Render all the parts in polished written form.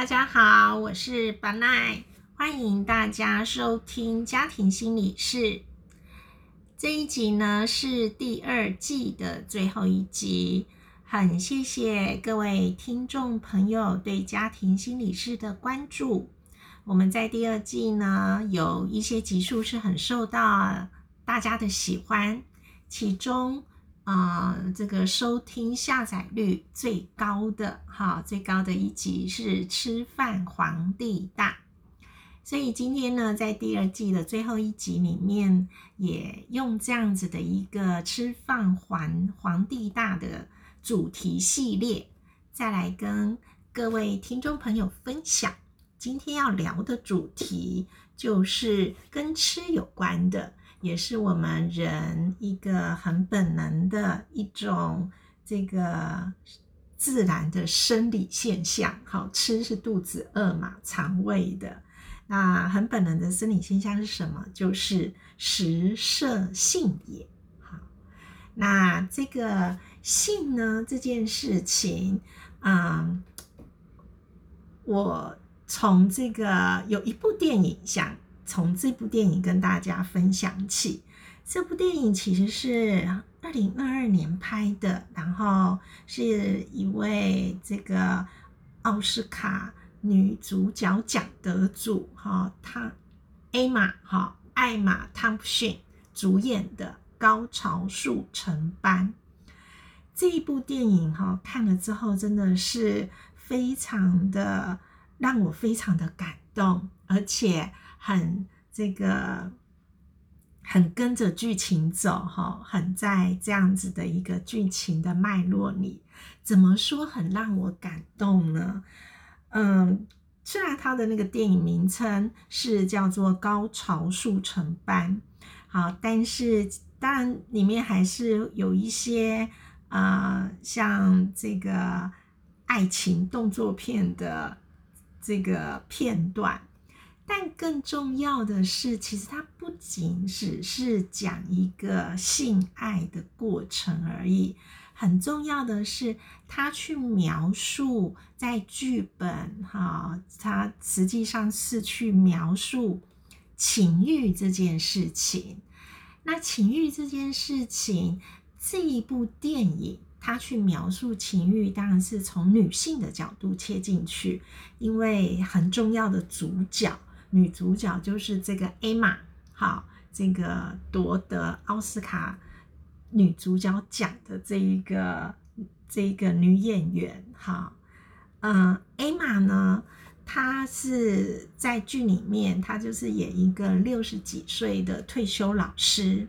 大家好，我是巴奈，欢迎大家收听家庭心理室。这一集呢是第2季的最后一集，很谢谢各位听众朋友对家庭心理室的关注。我们在第2季呢有一些集数是很受到大家的喜欢，其中这个收听下载率最高的一集是吃饭皇帝大，所以今天呢在第2季的最后一集里面，也用这样子的一个吃饭皇帝大的主题系列，再来跟各位听众朋友分享。今天要聊的主题就是跟吃有关的，也是我们人一个很本能的一种这个自然的生理现象。好，吃是肚子饿嘛，肠胃的。那很本能的生理现象是什么？就是食色性也。好，那这个性呢，这件事情，我从这个有一部电影想从这部电影跟大家分享起。这部电影其实是2022年拍的，然后是一位这个奥斯卡女主角奖得主艾玛汤普逊主演的《高潮速成班》。这一部电影看了之后真的是让我非常的感动，而且很跟着剧情走，很在这样子的一个剧情的脉络里。怎么说很让我感动呢？虽然它的那个电影名称是叫做《高潮速成班》，好，但是当然里面还是有一些像这个爱情动作片的这个片段，但更重要的是，其实它不仅只是讲一个性爱的过程而已，很重要的是它去描述在剧本它实际上是去描述情欲这件事情。那情欲这件事情，这一部电影他去描述情欲，当然是从女性的角度切进去，因为很重要的女主角就是这个艾玛，这个夺得奥斯卡女主角奖的这一个女演员。艾玛呢，她是在剧里面，她就是演一个60几岁的退休老师。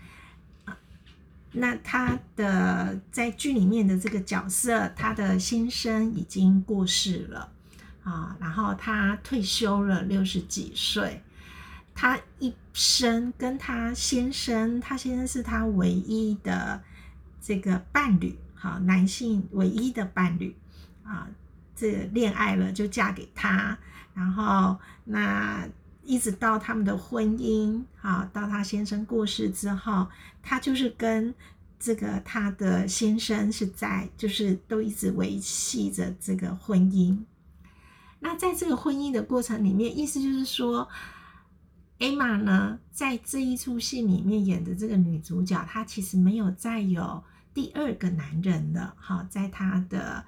那他的在剧里面的这个角色，他的先生已经过世了然后他退休了60几岁，他一生跟他先生是他唯一的这个伴侣，男性唯一的伴侣这个恋爱了就嫁给他，然后那一直到他们的婚姻到他先生过世之后，他就是跟这个他的先生就是都一直维系着这个婚姻。那在这个婚姻的过程里面，意思就是说，艾玛呢在这一出戏里面演的这个女主角，她其实没有再有第2个男人了在她的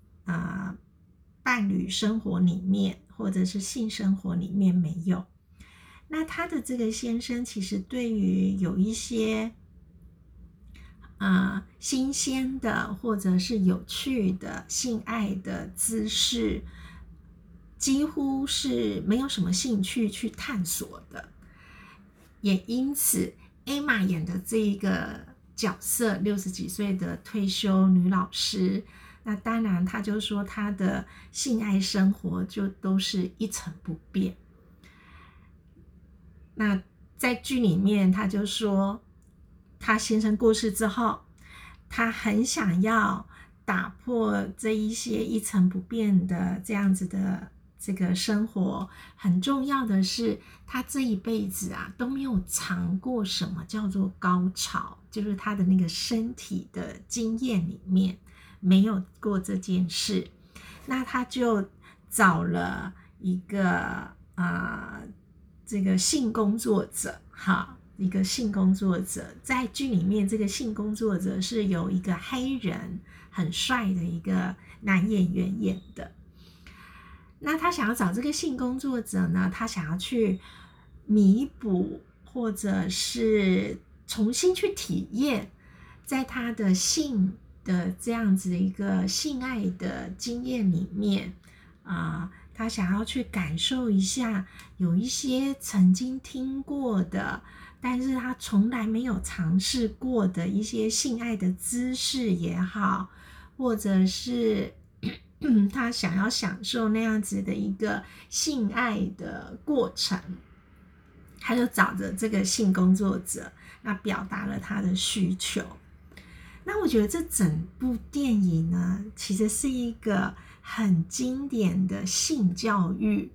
伴侣生活里面或者是性生活里面没有。那他的这个先生其实对于有一些新鲜的或者是有趣的性爱的姿势，几乎是没有什么兴趣去探索的。也因此艾玛演的这一个角色60几岁的退休女老师，那当然他就说他的性爱生活就都是一成不变。那在剧里面他就说，他先生过世之后，他很想要打破这一些一成不变的这样子的这个生活。很重要的是，他这一辈子都没有尝过什么叫做高潮，就是他的那个身体的经验里面没有过这件事。那他就找了一个这个性工作者，一个性工作者，在剧里面这个性工作者是由一个黑人很帅的一个男演员演的。那他想要找这个性工作者呢，他想要去弥补或者是重新去体验在他的性的这样子一个性爱的经验里面他想要去感受一下有一些曾经听过的但是他从来没有尝试过的一些性爱的姿势也好，或者是他想要享受那样子的一个性爱的过程，他就找着这个性工作者，那表达了他的需求。那我觉得这整部电影呢，其实是一个很经典的性教育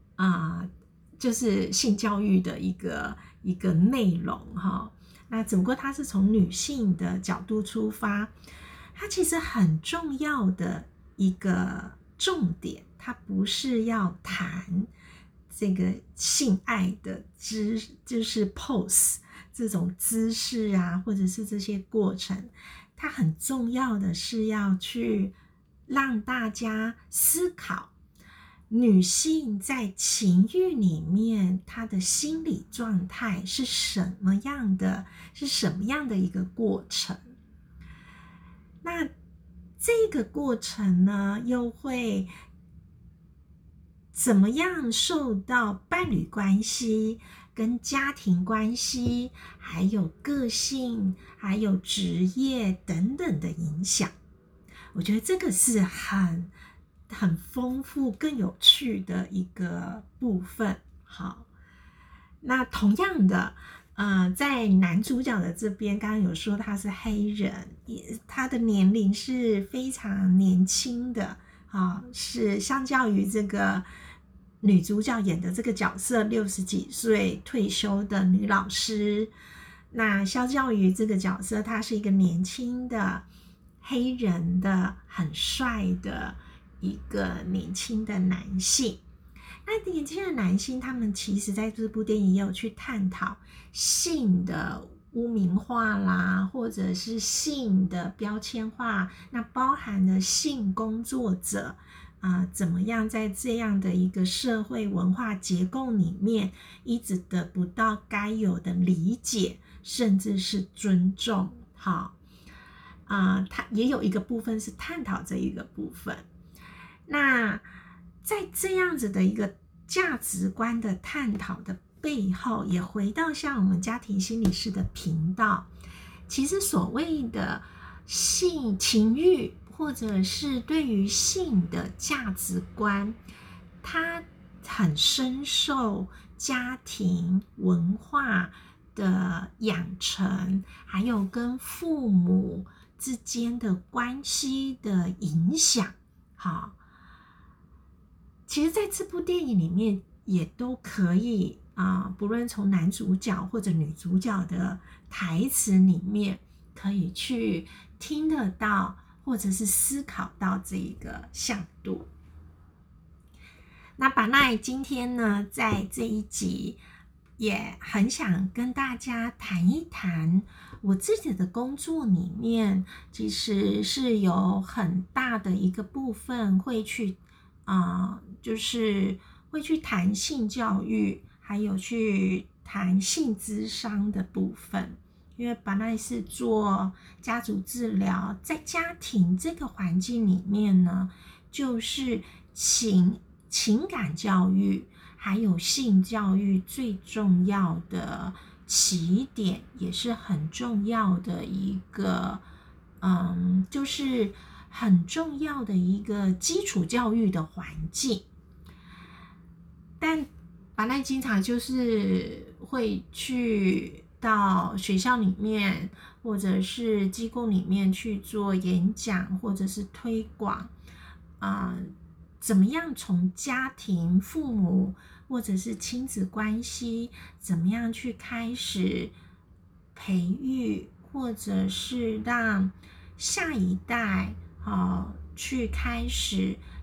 就是性教育的一个内容那只不过它是从女性的角度出发，它其实很重要的一个重点，它不是要谈这个性爱的就是 pose 这种姿势或者是这些过程，它很重要的是要去让大家思考女性在情欲里面她的心理状态是什么样的一个过程。那这个过程呢，又会怎么样受到伴侣关系跟家庭关系还有个性还有职业等等的影响。我觉得这个是很丰富更有趣的一个部分。好，那同样的在男主角的这边，刚刚有说他是黑人，他的年龄是非常年轻的是相较于这个女主角演的这个角色60几岁退休的女老师，那相较于这个角色，他是一个年轻的黑人的很帅的一个年轻的男性。那年轻的男性他们其实在这部电影也有去探讨性的污名化啦，或者是性的标签化，那包含了性工作者怎么样在这样的一个社会文化结构里面一直得不到该有的理解甚至是尊重。它也有一个部分是探讨这一个部分。那在这样子的一个价值观的探讨的背后，也回到像我们家庭心理师的频道，其实所谓的性情欲或者是对于性的价值观，它很深受家庭文化的养成，还有跟父母之间的关系的影响。其实在这部电影里面也都可以不论从男主角或者女主角的台词里面可以去听得到或者是思考到这一个向度。那巴奈今天呢，在这一集也很想跟大家谈一谈我自己的工作里面，其实是有很大的一个部分会去就是会去谈性教育，还有去谈性諮商的部分。因为本来是做家族治疗，在家庭这个环境里面呢，就是情感教育还有性教育最重要的起点，也是很重要的一个就是很重要的一个基础教育的环境。但本来经常就是会去到学校里面或者是机构里面去做演讲或者是推广怎么样从家庭父母或者是亲子关系怎么样去开始培育，或者是让下一代去开始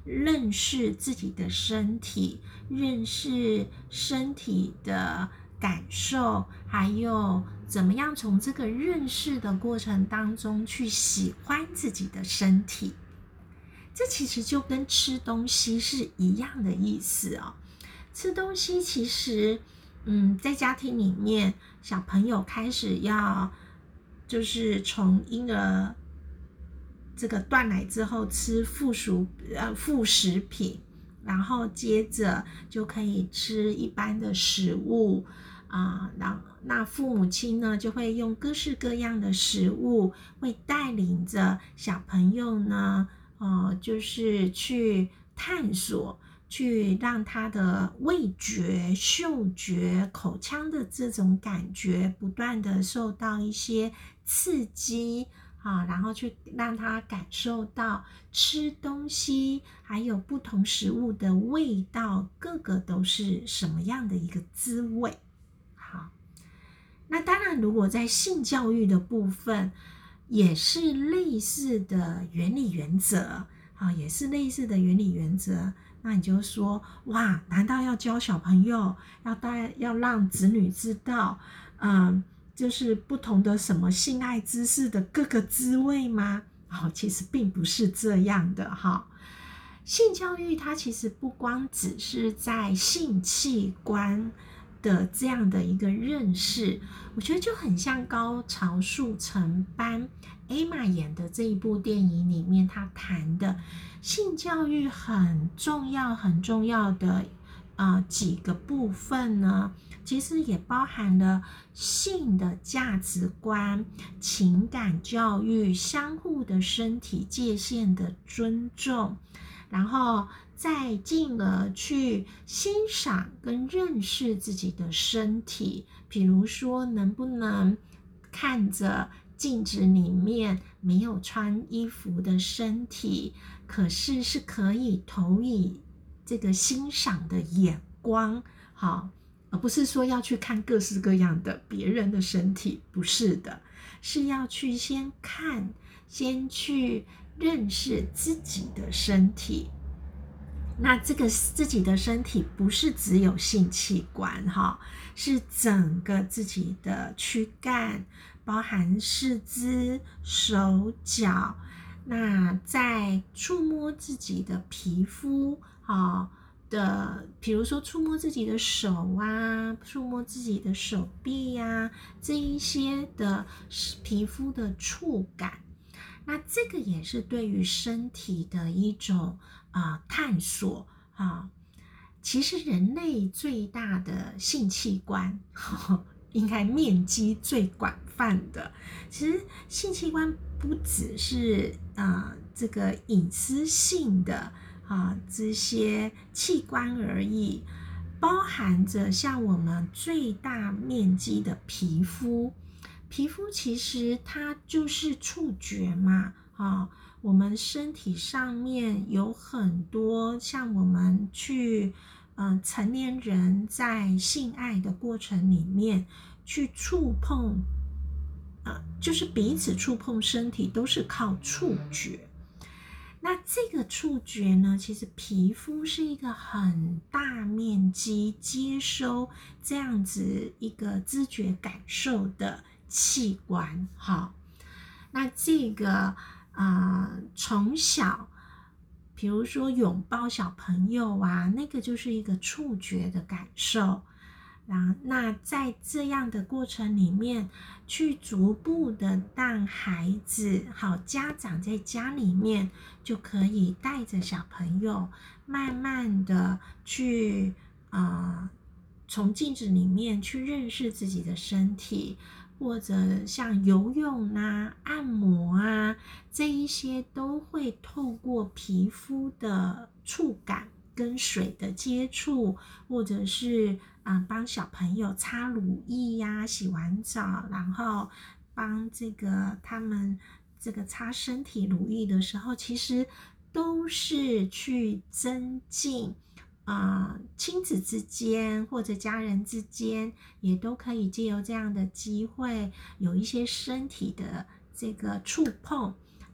认识自己的身体，认识身体的感受，还有怎么样从这个认识的过程当中去喜欢自己的身体。这其实就跟吃东西是一样的意思哦。吃东西其实在家庭里面，小朋友开始要就是从婴儿这个断奶之后吃副食品，然后接着就可以吃一般的食物那父母亲呢就会用各式各样的食物，会带领着小朋友呢就是去探索，去让他的味觉、嗅觉、口腔的这种感觉不断的受到一些刺激然后去让他感受到吃东西还有不同食物的味道，各个都是什么样的一个滋味。好，那当然如果在性教育的部分也是类似的原理原则也是类似的原理原则。那你就说，哇，难道要教小朋友要让子女知道就是不同的什么性爱知识的各个滋味吗？其实并不是这样的性教育它其实不光只是在性器官的这样的一个认识，我觉得就很像高潮速成班 Emma 演的这一部电影里面他谈的性教育很重要很重要的几个部分呢，其实也包含了性的价值观、情感教育、相互的身体界限的尊重，然后再进而去欣赏跟认识自己的身体，比如说能不能看着镜子里面没有穿衣服的身体，可是是可以投以这个欣赏的眼光而不是说要去看各式各样的别人的身体，不是的，是要去先去认识自己的身体。那这个自己的身体不是只有性器官是整个自己的躯干，包含四肢、手脚，那在触摸自己的皮肤比如说触摸自己的手触摸自己的手臂这一些的皮肤的触感，那这个也是对于身体的一种探索其实人类最大的性器官应该面积最广泛的，其实性器官不只是这个隐私性的这些器官而已，包含着像我们最大面积的皮肤其实它就是触觉嘛我们身体上面有很多像我们去成年人在性爱的过程里面去触碰就是彼此触碰身体都是靠触觉。那这个触觉呢，其实皮肤是一个很大面积接收这样子一个知觉感受的器官那这个从小比如说拥抱小朋友那个就是一个触觉的感受那在这样的过程里面去逐步的让孩子家长在家里面就可以带着小朋友慢慢的去从镜子里面去认识自己的身体，或者像游泳按摩这一些都会透过皮肤的触感跟水的接触，或者是帮小朋友擦乳液洗完澡，然后帮他们这个擦身体乳液的时候，其实都是去增进亲子之间或者家人之间也都可以借由这样的机会有一些身体的这个触碰，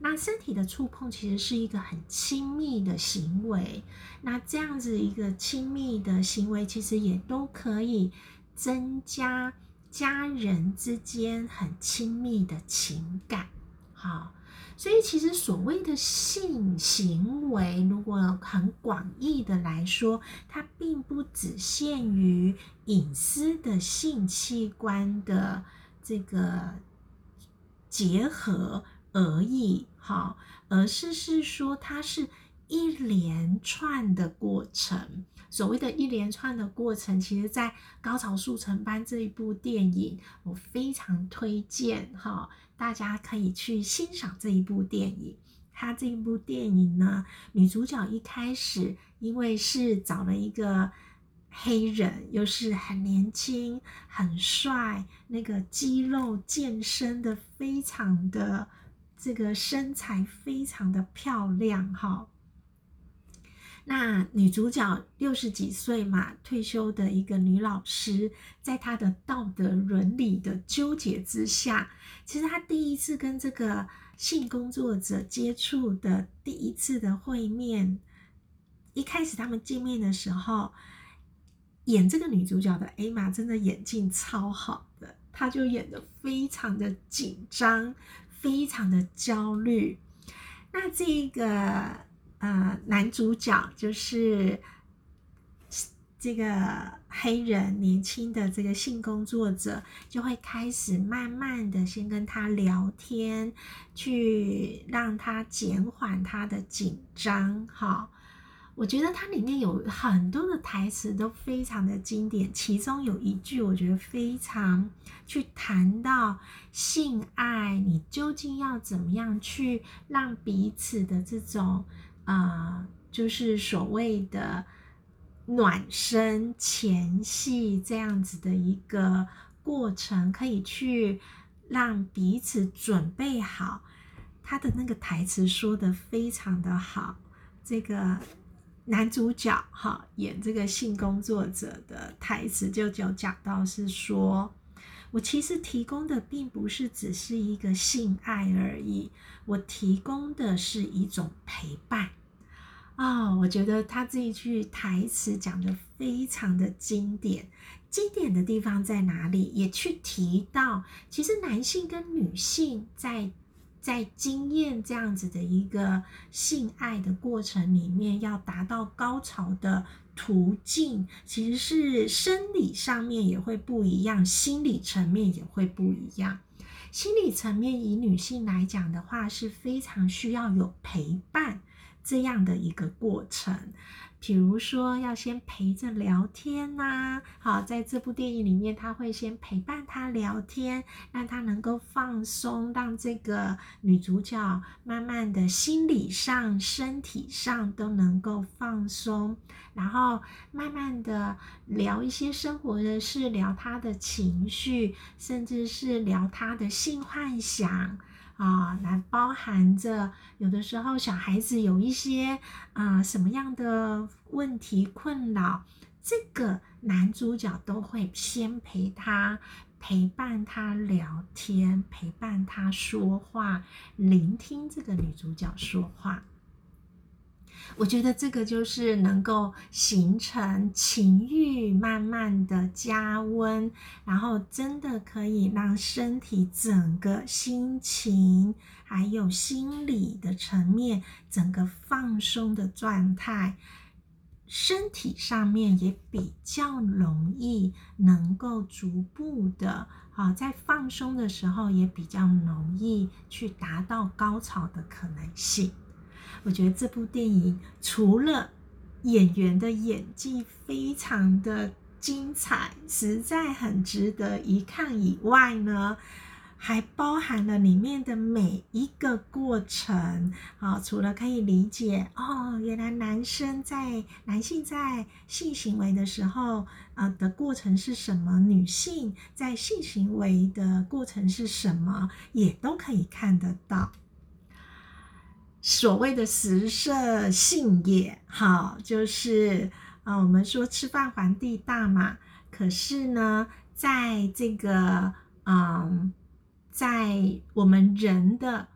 那身体的触碰其实是一个很亲密的行为，那这样子一个亲密的行为，其实也都可以增加家人之间很亲密的情感。好，所以其实所谓的性行为，如果很广义的来说，它并不只限于隐私的性器官的这个结合而已，好，而是说它是一连串的过程。所谓的一连串的过程，其实在《高潮速成班》这一部电影，我非常推荐哈，大家可以去欣赏这一部电影。它这一部电影呢，女主角一开始因为是找了一个黑人，又是很年轻、很帅，那个肌肉健身的非常的这个身材非常的漂亮哈。那女主角60几岁嘛，退休的一个女老师，在她的道德伦理的纠结之下，其实她第一次跟这个性工作者接触的第一次的会面，一开始他们见面的时候，演这个女主角的 Emma 真的演技超好的，她就演得非常的紧张，非常的焦虑。那这个男主角就是这个黑人年轻的这个性工作者，就会开始慢慢的先跟他聊天，去让他减缓他的紧张。哈，我觉得它里面有很多的台词都非常的经典，其中有一句我觉得非常去谈到性爱，你究竟要怎么样去让彼此的这种就是所谓的暖身前戏这样子的一个过程，可以去让彼此准备好。他的那个台词说得非常的好，这个男主角演这个性工作者的台词就讲到是说，我其实提供的并不是只是一个性爱而已，我提供的是一种陪伴。我觉得他这一句台词讲得非常的经典。经典的地方在哪里？也去提到，其实男性跟女性在经验这样子的一个性爱的过程里面，要达到高潮的途径，其实是生理上面也会不一样，心理层面也会不一样。心理层面以女性来讲的话，是非常需要有陪伴这样的一个过程，比如说要先陪着聊天啊，好，在这部电影里面他会先陪伴他聊天，让他能够放松，让这个女主角慢慢的心理上身体上都能够放松，然后慢慢的聊一些生活的事，聊他的情绪，甚至是聊他的性幻想来包含着有的时候小孩子有一些什么样的问题困扰，这个男主角都会先陪伴他聊天，陪伴他说话，聆听这个女主角说话。我觉得这个就是能够形成情欲慢慢的加温，然后真的可以让身体整个心情还有心理的层面整个放松的状态，身体上面也比较容易能够逐步的在放松的时候也比较容易去达到高潮的可能性。我觉得这部电影除了演员的演技非常的精彩，实在很值得一看以外呢，还包含了里面的每一个过程除了可以理解原来男性在性行为的时候的过程是什么，女性在性行为的过程是什么，也都可以看得到。所谓的食色性也就是我们说吃饭皇帝大嘛，可是呢在这个在我们人的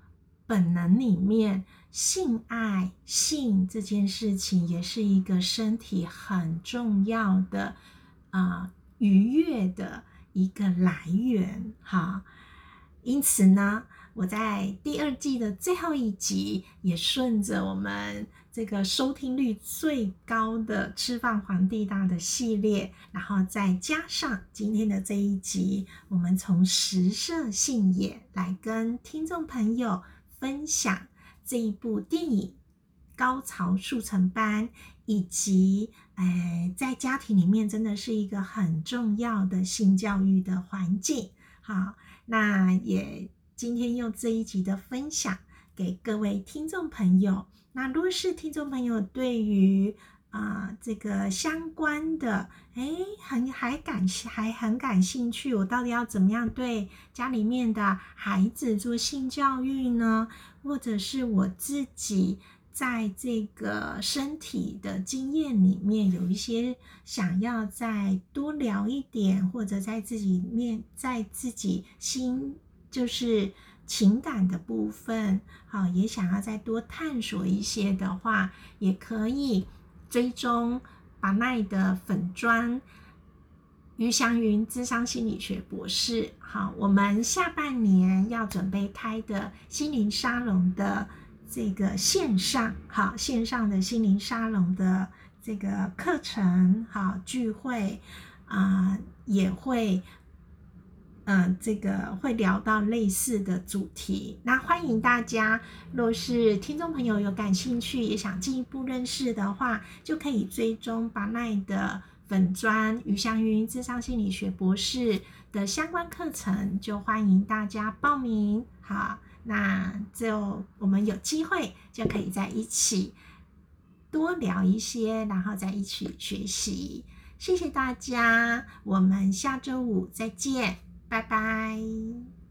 本能里面，性爱性这件事情也是一个身体很重要的愉悦的一个来源哈。因此呢，我在第2季的最后一集也顺着我们这个收听率最高的吃饭皇帝大的系列，然后再加上今天的这一集，我们从食色性也来跟听众朋友分享这一部电影高潮速成班，以及在家庭里面真的是一个很重要的性教育的环境。好，那也今天用这一集的分享给各位听众朋友。那若是听众朋友对于这个相关的还很感兴趣，我到底要怎么样对家里面的孩子做性教育呢？或者是我自己在这个身体的经验里面有一些想要再多聊一点，或者在自己心就是情感的部分也想要再多探索一些的话，也可以追踪把奈的粉专于祥云諮商心理学博士。好，我们下半年要准备开的心灵沙龙的这个线上的心灵沙龙的这个课程聚会也会这个会聊到类似的主题。那欢迎大家，若是听众朋友有感兴趣也想进一步认识的话，就可以追踪把奈的粉专于祥云諮商心理学博士的相关课程，就欢迎大家报名。好，那就我们有机会就可以在一起多聊一些，然后再一起学习。谢谢大家，我们下周5再见，拜拜。